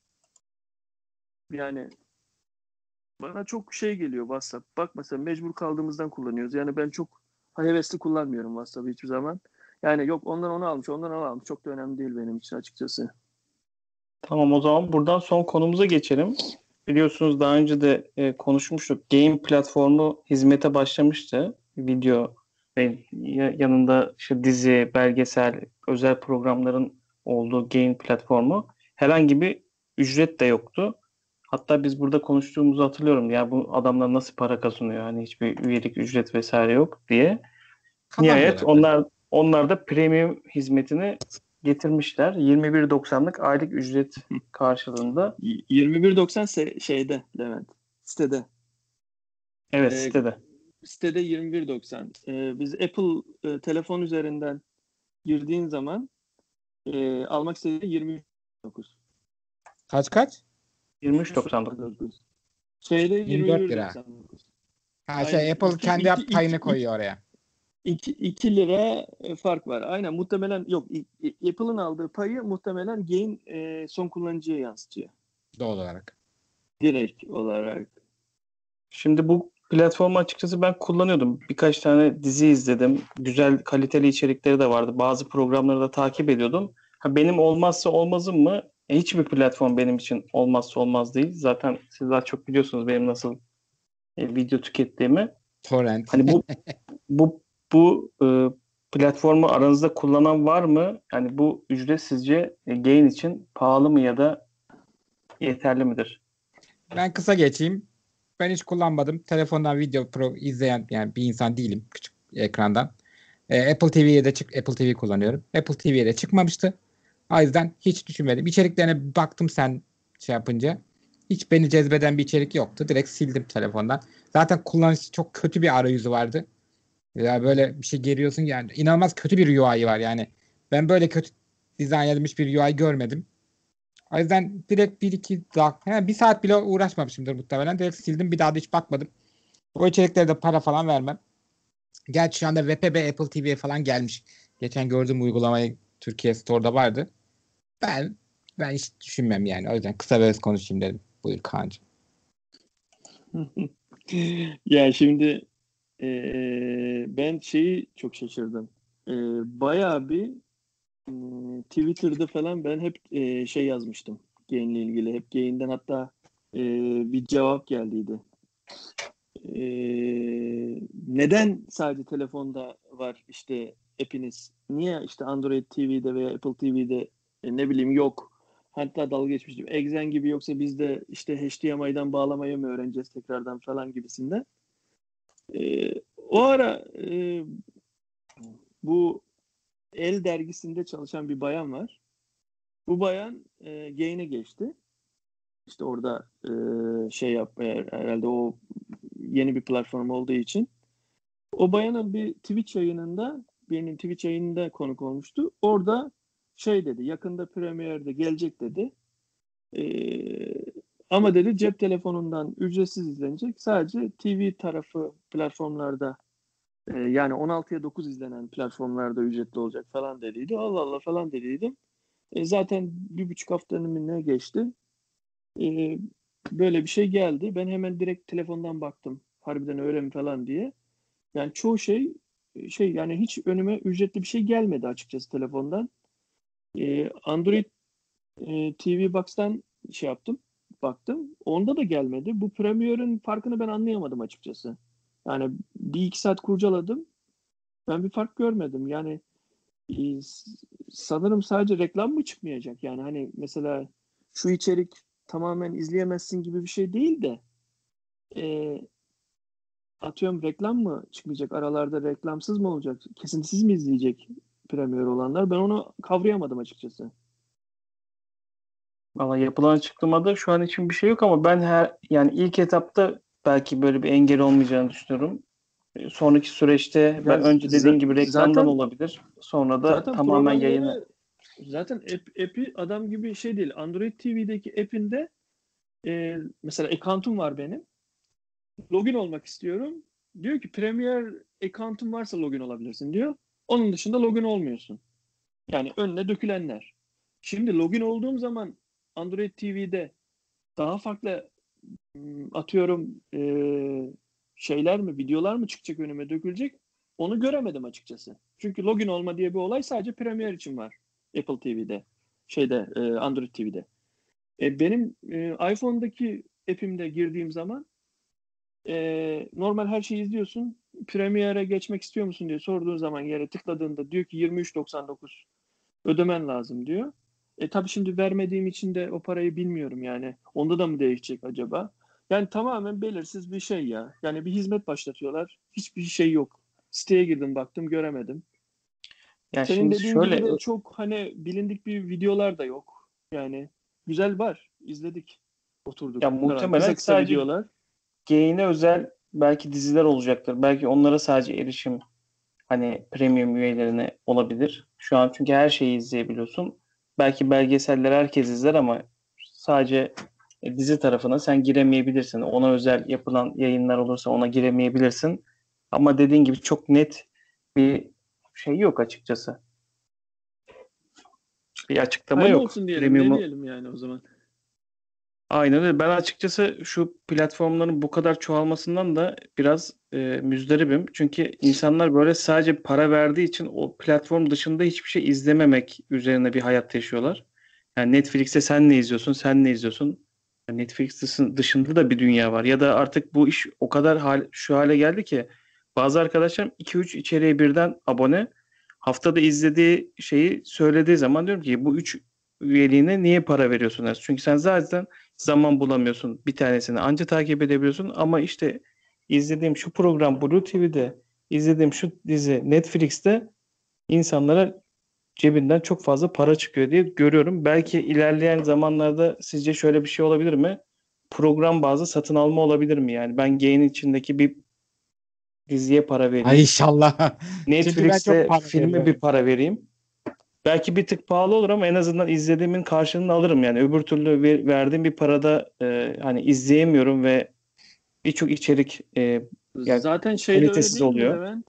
Yani bana çok şey geliyor WhatsApp. Bak mesela mecbur kaldığımızdan kullanıyoruz. Yani ben çok hevesli kullanmıyorum WhatsApp'ı hiçbir zaman. Yani yok ondan onu almış, ondan onu almış. Çok da önemli değil benim için açıkçası. Tamam, o zaman buradan son konumuza geçelim. Biliyorsunuz daha önce de konuşmuştuk. Game platformu hizmete başlamıştı. Video ve yanında işte dizi, belgesel, özel programların olduğu game platformu. Herhangi bir ücret de yoktu. Hatta biz burada konuştuğumuzu hatırlıyorum. Ya bu adamlar nasıl para kazanıyor? Hani hiçbir üyelik ücret vesaire yok diye. Nihayet Kazanmıyorlar da. onlar da premium hizmetini getirmişler. 21.90'lık aylık ücret karşılığında. 21.90 şeyde Levent. Sitede. Evet, Ee, sitede. sitede 21.90. Biz Apple telefon üzerinden girdiğin zaman almak istediğin 23.9. Kaç kaç? 23.99. 9. Şeyde 24 lira. 21.99. Ha Aynen. Apple kendi payını koyuyor oraya. 2 lira fark var. Aynen, muhtemelen yok. Apple'ın aldığı payı muhtemelen Gain son kullanıcıya yansıtıyor. Doğal olarak. Direkt olarak. Şimdi bu platformu açıkçası ben kullanıyordum. Birkaç tane dizi izledim. Güzel kaliteli içerikleri de vardı. Bazı programları da takip ediyordum. Ha, benim olmazsa olmazım mı? Hiçbir platform benim için olmazsa olmaz değil. Zaten siz daha çok biliyorsunuz benim nasıl video tükettiğimi. Torrent. Hani bu platformu aranızda kullanan var mı? Yani bu ücret sizce Gain için pahalı mı ya da yeterli midir? Ben kısa geçeyim. Ben hiç kullanmadım. Telefondan video izleyen yani bir insan değilim küçük ekrandan. Apple TV'ye de Apple TV kullanıyorum. Apple TV'ye de çıkmamıştı. O yüzden hiç düşünmedim. İçeriklerine baktım sen şey yapınca. Hiç beni cezbeden bir içerik yoktu. Direkt sildim telefondan. Zaten kullanıcı çok kötü bir arayüzü vardı. Ya böyle bir şey geliyorsun yani. İnanılmaz kötü bir UI var yani. Ben böyle kötü dizayn edilmiş bir UI görmedim. O yüzden direkt bir saat bile uğraşmamışımdır muhtemelen. Direkt sildim. Bir daha da hiç bakmadım. O içeriklere de para falan vermem. Gerçi şu anda WPB Apple TV'ye falan gelmiş. Geçen gördüğüm uygulamayı Türkiye Store'da vardı. Ben hiç düşünmem yani. O yüzden kısa ve öz konuşayım dedim. Buyur Kaan'cığım. Ya şimdi ben şeyi çok şaşırdım. Bayağı bir Twitter'da falan ben hep şey yazmıştım Gain'le ilgili. Hep Gain'den hatta bir cevap geldiydi. Neden sadece telefonda var işte app'iniz? Niye işte Android TV'de veya Apple TV'de ne bileyim yok? Hatta dalga geçmiştim. Exen gibi, yoksa biz de işte HDMI'den bağlamayı mı öğreneceğiz tekrardan falan gibisinde. O ara bu El dergisinde çalışan bir bayan var. Bu bayan Gain'e geçti. İşte orada şey yapmaya, herhalde o yeni bir platform olduğu için. O bayanın bir Twitch yayınında, benim Twitch yayınında konuk olmuştu. Orada şey dedi, yakında Premiere'de gelecek dedi. Ama dedi cep telefonundan ücretsiz izlenecek. Sadece TV tarafı platformlarda, yani 16'ya 9 izlenen platformlarda ücretli olacak falan dediydi. Allah Allah falan dediydim. Zaten 1,5 haftanın ne geçti. E, Böyle bir şey geldi. Ben hemen direkt telefondan baktım. Harbiden öyle mi falan diye. Yani çoğu şey yani hiç önüme ücretli bir şey gelmedi açıkçası telefondan. Android TV Box'tan şey yaptım, baktım. Onda da gelmedi. Bu Premiere'ın farkını ben anlayamadım açıkçası. Yani 1-2 saat kurcaladım. Ben bir fark görmedim. Yani e, s- sanırım sadece reklam mı çıkmayacak? Yani hani mesela şu içerik tamamen izleyemezsin gibi bir şey değil de e, atıyorum reklam mı çıkmayacak? Aralarda reklamsız mı olacak? Kesintisiz mi izleyecek Premiere olanlar? Ben onu kavrayamadım açıkçası. Valla yapılan açıklamada şu an için bir şey yok ama ben yani ilk etapta belki böyle bir engel olmayacağını düşünüyorum. Sonraki süreçte Ya ben önce dediğin gibi reklamdan zaten olabilir. Sonra da zaten tamamen yayını. programları, zaten app'i adam gibi şey değil. Android TV'deki app'inde mesela account'um var benim. Login olmak istiyorum. Diyor ki Premier account'un varsa login olabilirsin diyor. Onun dışında login olmuyorsun. Yani önüne dökülenler. Şimdi login olduğum zaman Android TV'de daha farklı atıyorum şeyler mi, videolar mı çıkacak önüme dökülecek? Onu göremedim açıkçası. Çünkü login olma diye bir olay sadece Premier için var. Apple TV'de, Android TV'de. Benim iPhone'daki app'imde girdiğim zaman normal her şeyi izliyorsun. Premiere'e geçmek istiyor musun diye sorduğun zaman, yere tıkladığında diyor ki 23.99 ödemen lazım diyor. Tabii şimdi vermediğim için de o parayı bilmiyorum yani. Onda da mı değişecek acaba? Yani tamamen belirsiz bir şey ya. Yani bir hizmet başlatıyorlar. Hiçbir şey yok. Siteye girdim, baktım, göremedim. Yani Senin şimdi dediğin gibi şöyle, de çok hani bilindik bir videolar da yok. Yani güzel var. İzledik. ya Oturduk falan. muhtemelen Kısa kısa sadece videolar. Gain'e özel belki diziler olacaktır. Belki onlara sadece erişim hani premium üyelerine olabilir. Şu an çünkü her şeyi izleyebiliyorsun. Belki belgeseller herkes izler ama sadece dizi tarafına sen giremeyebilirsin. Ona özel yapılan yayınlar olursa ona giremeyebilirsin. Ama dediğin gibi çok net bir şey yok açıkçası. Bir açıklama Hayırlı yok. olsun diyelim. Ne Premium'u diyelim yani o zaman? aynen öyle. Ben açıkçası şu platformların bu kadar çoğalmasından da biraz müzdaribim. Çünkü insanlar böyle sadece para verdiği için o platform dışında hiçbir şey izlememek üzerine bir hayat yaşıyorlar. Yani Netflix'te sen ne izliyorsun, sen ne izliyorsun? Yani Netflix dışında da bir dünya var. Ya da artık bu iş o kadar şu hale geldi ki bazı arkadaşlarım 2-3 içeriğe birden abone. Haftada izlediği şeyi söylediği zaman diyorum ki bu 3 üyeliğine niye para veriyorsunuz? Çünkü sen zaten zaman bulamıyorsun. Bir tanesini anca takip edebiliyorsun ama işte izlediğim şu program Blue TV'de, izlediğim şu dizi Netflix'te insanlara cebinden çok fazla para çıkıyor diye görüyorum. Belki ilerleyen zamanlarda sizce şöyle bir şey olabilir mi? Program bazı satın alma olabilir mi? Yani ben Gain içindeki bir diziye para Ay vereyim. inşallah. Çünkü ben çok Netflix'te para filme bir veriyorum. para vereyim. Belki bir tık pahalı olur ama en azından izlediğimin karşılığını alırım yani. Öbür türlü verdiğim bir parada hani izleyemiyorum ve birçok içerik yani Zaten şey de öyle kalitesiz değil mi oluyor. Levent?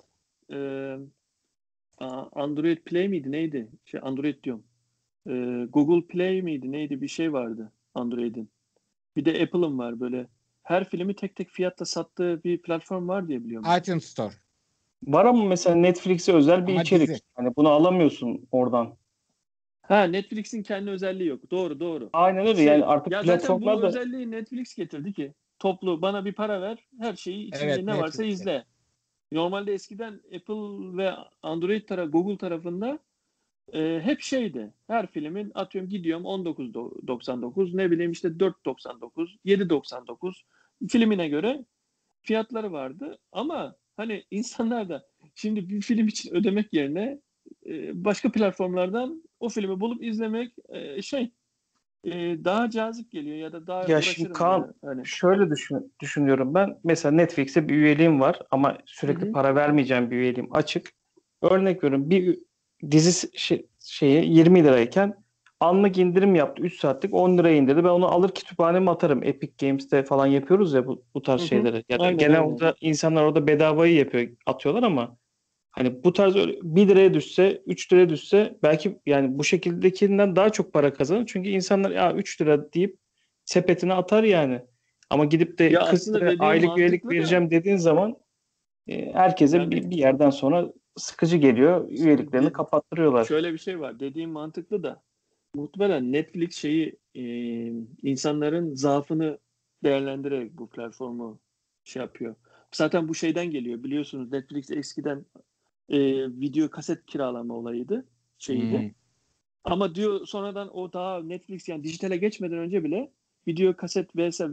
Android Play miydi neydi? Android diyorum. Google Play miydi neydi bir şey vardı Android'in. Bir de Apple'ın var böyle. Her filmi tek tek fiyatla sattığı bir platform var diye biliyorum ben. iTunes Store. Var ama mesela Netflix'e özel bir Ama dizi. içerik. Hani bunu alamıyorsun oradan. Ha, Netflix'in kendi özelliği yok. Doğru doğru. Aynen öyle yani artık Ya zaten bu platformlar da özelliği Netflix getirdi ki. Toplu bana bir para ver, her şeyi içinde Evet, ne varsa Netflix'e. izle. Normalde eskiden Apple ve Android Google tarafında hep şeydi. Her filmin atıyorum gidiyorum 19.99 ne bileyim işte 4.99, 7.99 filmine göre fiyatları vardı. Ama hani insanlar da şimdi bir film için ödemek yerine başka platformlardan o filmi bulup izlemek daha cazip geliyor ya da daha ya şimdi uğraşırım diyor. Kaan Hani. şöyle düşünüyorum ben. Mesela Netflix'e bir üyeliğim var ama Hı sürekli hı. para vermeyeceğim bir üyeliğim açık. Örnek veriyorum bir dizi şeyi 20 lirayken anlık indirim yaptı. 3 saatlik 10 liraya indirdi. Ben onu alır kütüphaneme atarım. Epic Games'te falan yapıyoruz ya bu tarz Hı hı. şeyleri. Ya da Aynen genel aynen. orada insanlar orada bedavayı yapıyor, atıyorlar ama hani bu tarz öyle 1 liraya düşse, 3 liraya düşse belki yani bu şekildekinden daha çok para kazanır. Çünkü insanlar ya 3 lira deyip sepetine atar yani. Ama gidip de Ya 40 aslında lira dediğim aylık üyelik mantıklı da vereceğim dediğin zaman herkese yani bir yerden sonra sıkıcı geliyor. Üyeliklerini de, kapattırıyorlar. şöyle bir şey var. Dediğim mantıklı da muhtemelen Netflix insanların zaafını değerlendirerek bu platformu şey yapıyor. Zaten bu şeyden geliyor. Biliyorsunuz Netflix eskiden video kaset kiralama olayıydı. Şeydi. Hmm. Ama diyor sonradan o daha Netflix yani dijitale geçmeden önce bile video kaset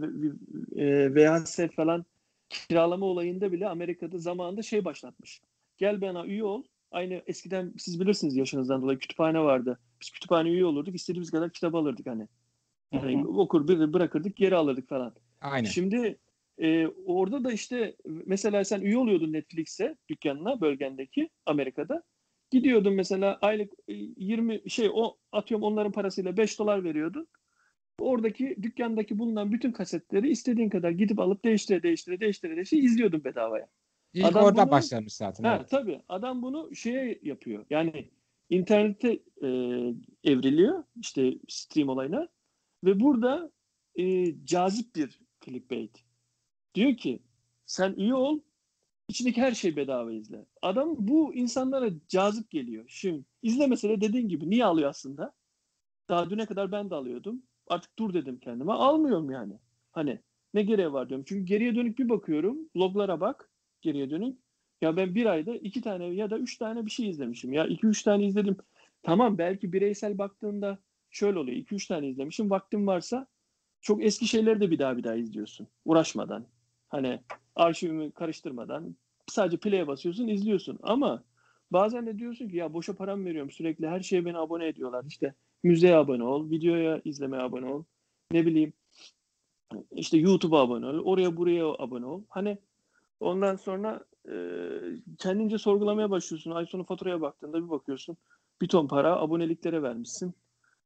VHS falan kiralama olayında bile Amerika'da zamanında şey başlatmış. Gel bana üye ol. Aynı eskiden siz bilirsiniz yaşınızdan dolayı kütüphane vardı. Biz kütüphane üye olurduk. İstediğimiz kadar kitap alırdık hani. Hı Hani hı. okur bir bırakırdık geri alırdık falan. Aynen. Şimdi orada da işte mesela sen üye oluyordun Netflix'e dükkanına bölgendeki Amerika'da. Gidiyordun mesela aylık 20 o atıyorum onların parasıyla $5 veriyordun. Oradaki dükkandaki bulunan bütün kasetleri istediğin kadar gidip alıp değiştire izliyordun bedavaya. İlk Adam orada bunu başlamış zaten, evet. tabii adam bunu şeye yapıyor. Yani internete evriliyor işte stream olayına ve burada cazip bir clickbait. Diyor ki sen üye ol, içindeki her şey bedava izle. Adam bu insanlara cazip geliyor. Şimdi izle mesela dediğin gibi niye alıyor aslında? Daha düne kadar ben de alıyordum. Artık dur dedim kendime. Almıyorum yani. Hani ne gereği var diyorum. Çünkü geriye dönük bir bakıyorum. Loglara bak geriye dönük. Ya ben bir ayda 2 tane ya da 3 tane bir şey izlemişim. Ya 2-3 tane izledim. Tamam belki bireysel baktığında şöyle oluyor. 2-3 tane izlemişim. Vaktim varsa çok eski şeyleri de bir daha izliyorsun. Uğraşmadan. Hani arşivimi karıştırmadan sadece play'e basıyorsun, izliyorsun. Ama bazen de diyorsun ki ya boşa param veriyorum sürekli her şeye beni abone ediyorlar. İşte müzeye abone ol, videoya izlemeye abone ol. Ne bileyim işte YouTube'a abone ol, oraya buraya abone ol. Hani ondan sonra kendince sorgulamaya başlıyorsun. Ay sonu faturaya baktığında bir bakıyorsun. Bir ton para aboneliklere vermişsin.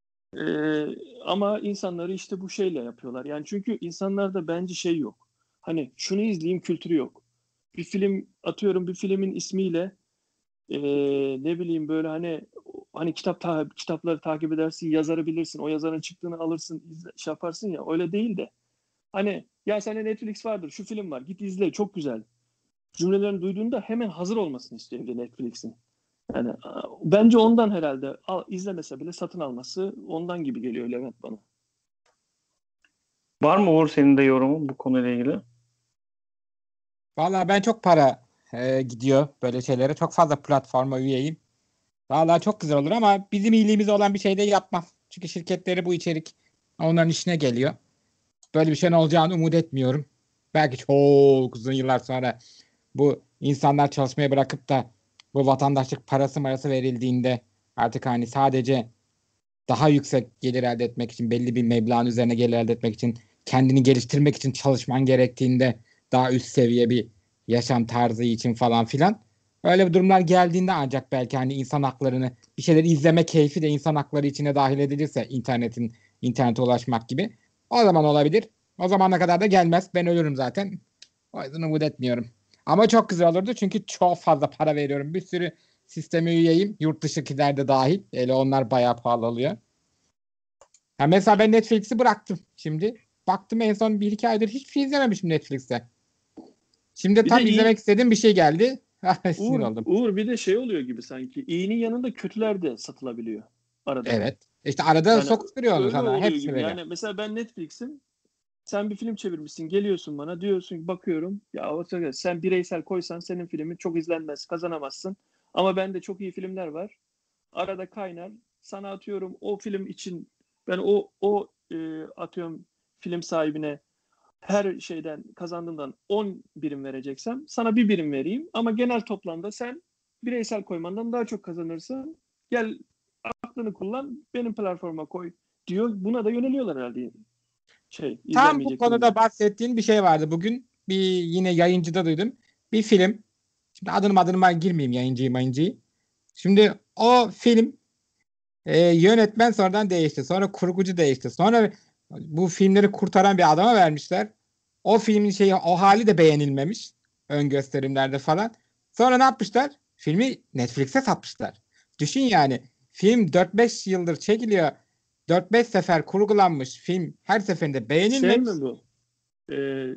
Ama insanları işte bu şeyle yapıyorlar. Yani çünkü insanlarda bence şey yok. Hani şunu izleyeyim kültürü yok. Bir film atıyorum bir filmin ismiyle Ne bileyim böyle hani kitapları takip edersin, yazarı bilirsin, o yazarın çıktığını alırsın, şey yaparsın ya, öyle değil de hani ya sende Netflix vardır, şu film var, git izle, çok güzel. Cümlelerini duyduğunda hemen hazır olmasını istiyor evde Netflix'in. Yani bence ondan herhalde izlemese bile satın alması ondan gibi geliyor Levent bana. Var mı Uğur senin de yorumun bu konuyla ilgili? Vallahi ben çok para gidiyor böyle şeylere. Çok fazla platforma üyeyim. Vallahi çok güzel olur ama bizim iyiliğimize olan bir şey de yapmam. Çünkü şirketleri bu içerik onların işine geliyor. Böyle bir şeyin olacağını umut etmiyorum. Belki çok uzun yıllar sonra bu insanlar çalışmayı bırakıp da bu vatandaşlık parası marası verildiğinde artık hani sadece daha yüksek gelir elde etmek için, belli bir meblağın üzerine gelir elde etmek için, kendini geliştirmek için çalışman gerektiğinde daha üst seviye bir yaşam tarzı için falan filan. Öyle bir durumlar geldiğinde ancak belki hani insan haklarını, bir şeyler izleme keyfi de insan hakları içine dahil edilirse, internete ulaşmak gibi, o zaman olabilir. O zamana kadar da gelmez. Ben ölürüm zaten. O yüzden umut etmiyorum. Ama çok güzel olurdu çünkü çok fazla para veriyorum. Bir sürü sisteme üyeyim. Yurt dışındakiler de dahil. Hele onlar bayağı pahalı oluyor. Ha mesela ben Netflix'i bıraktım şimdi. Baktım en son 1-2 aydır hiçbir şey izlememişim Netflix'te. Şimdi Bir de tam izlemek istediğim bir şey geldi. Sinir oldum. Uğur bir de şey oluyor gibi sanki. İyinin yanında kötüler de satılabiliyor arada. Evet. İşte arada Yani sokturuyor onu öyle sana. oluyor Hepsini gibi. veriyor. Yani mesela ben Netflix'im. Sen bir film çevirmişsin, geliyorsun bana diyorsun ki bakıyorum ya sen bireysel koysan senin filmin çok izlenmez, kazanamazsın. Ama bende çok iyi filmler var. Arada kaynar. Sana atıyorum o film için ben atıyorum film sahibine her şeyden kazandığımdan 10 birim vereceksem sana bir birim vereyim. Ama genel toplamda sen bireysel koymandan daha çok kazanırsın. Gel aklını kullan benim platforma koy diyor. Buna da yöneliyorlar herhalde Tam bu izlenmeyecek konuda filmler. bahsettiğin bir şey vardı. Bugün bir yine yayıncıda duydum. Bir film. Şimdi adını girmeyeyim yayıncıyı. Şimdi o film yönetmen sonradan değişti. Sonra kurgucu değişti. Sonra bu filmleri kurtaran bir adama vermişler. O filmin o hali de beğenilmemiş. Ön gösterimlerde falan. Sonra ne yapmışlar? Filmi Netflix'e satmışlar. Düşün yani. Film 4-5 yıldır çekiliyor. 4-5 sefer kurgulanmış film her seferinde Şey beğenilmemiş. mi bu? Ee,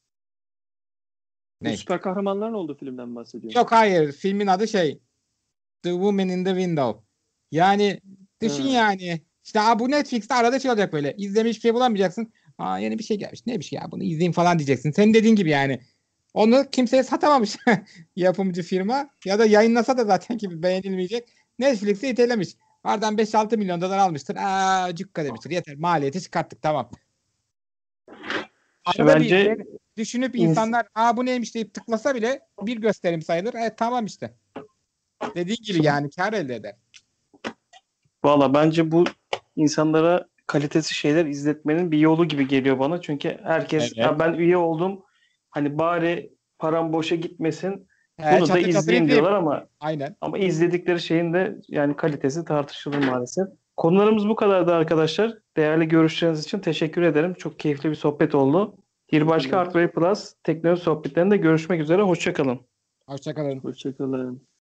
Bu Ne? süper kahramanların olduğu filmden bahsediyorum. Yok hayır. Filmin adı The Woman in the Window. Yani düşün Ha. yani. İşte bu Netflix'te arada olacak böyle. İzlemiş bir şey bulamayacaksın. Yeni bir şey gelmiş. Ne bir şey ya bunu izleyeyim falan diyeceksin. Senin dediğin gibi yani. Onu kimseye satamamış yapımcı firma. Ya da yayınlasa da zaten gibi beğenilmeyecek. Netflix'e itelemiş. Oradan 5-6 milyon dolar almıştır. Cukka demiştir. Yeter. Maliyeti çıkarttık tamam. İşte Arada bir bence düşünüp ins- insanlar bu neymiş deyip tıklasa bile bir gösterim sayılır. Tamam işte. Dediğin gibi işte yani kar elde eder. valla bence bu insanlara kalitesiz şeyler izletmenin bir yolu gibi geliyor bana. Çünkü herkes Evet. ya ben üye oldum hani bari param boşa gitmesin bunu da Çatır çatır izleyeyim izleyeyim. diyorlar Aynen. ama izledikleri şeyin de yani kalitesi tartışılır maalesef. Konularımız bu kadardı arkadaşlar. Değerli görüşleriniz için teşekkür ederim. Çok keyifli bir sohbet oldu. Bir başka Teşekkürler. Artway Plus teknoloji sohbetlerinde görüşmek üzere. Hoşça kalın. Hoşçakalın. Hoşçakalın.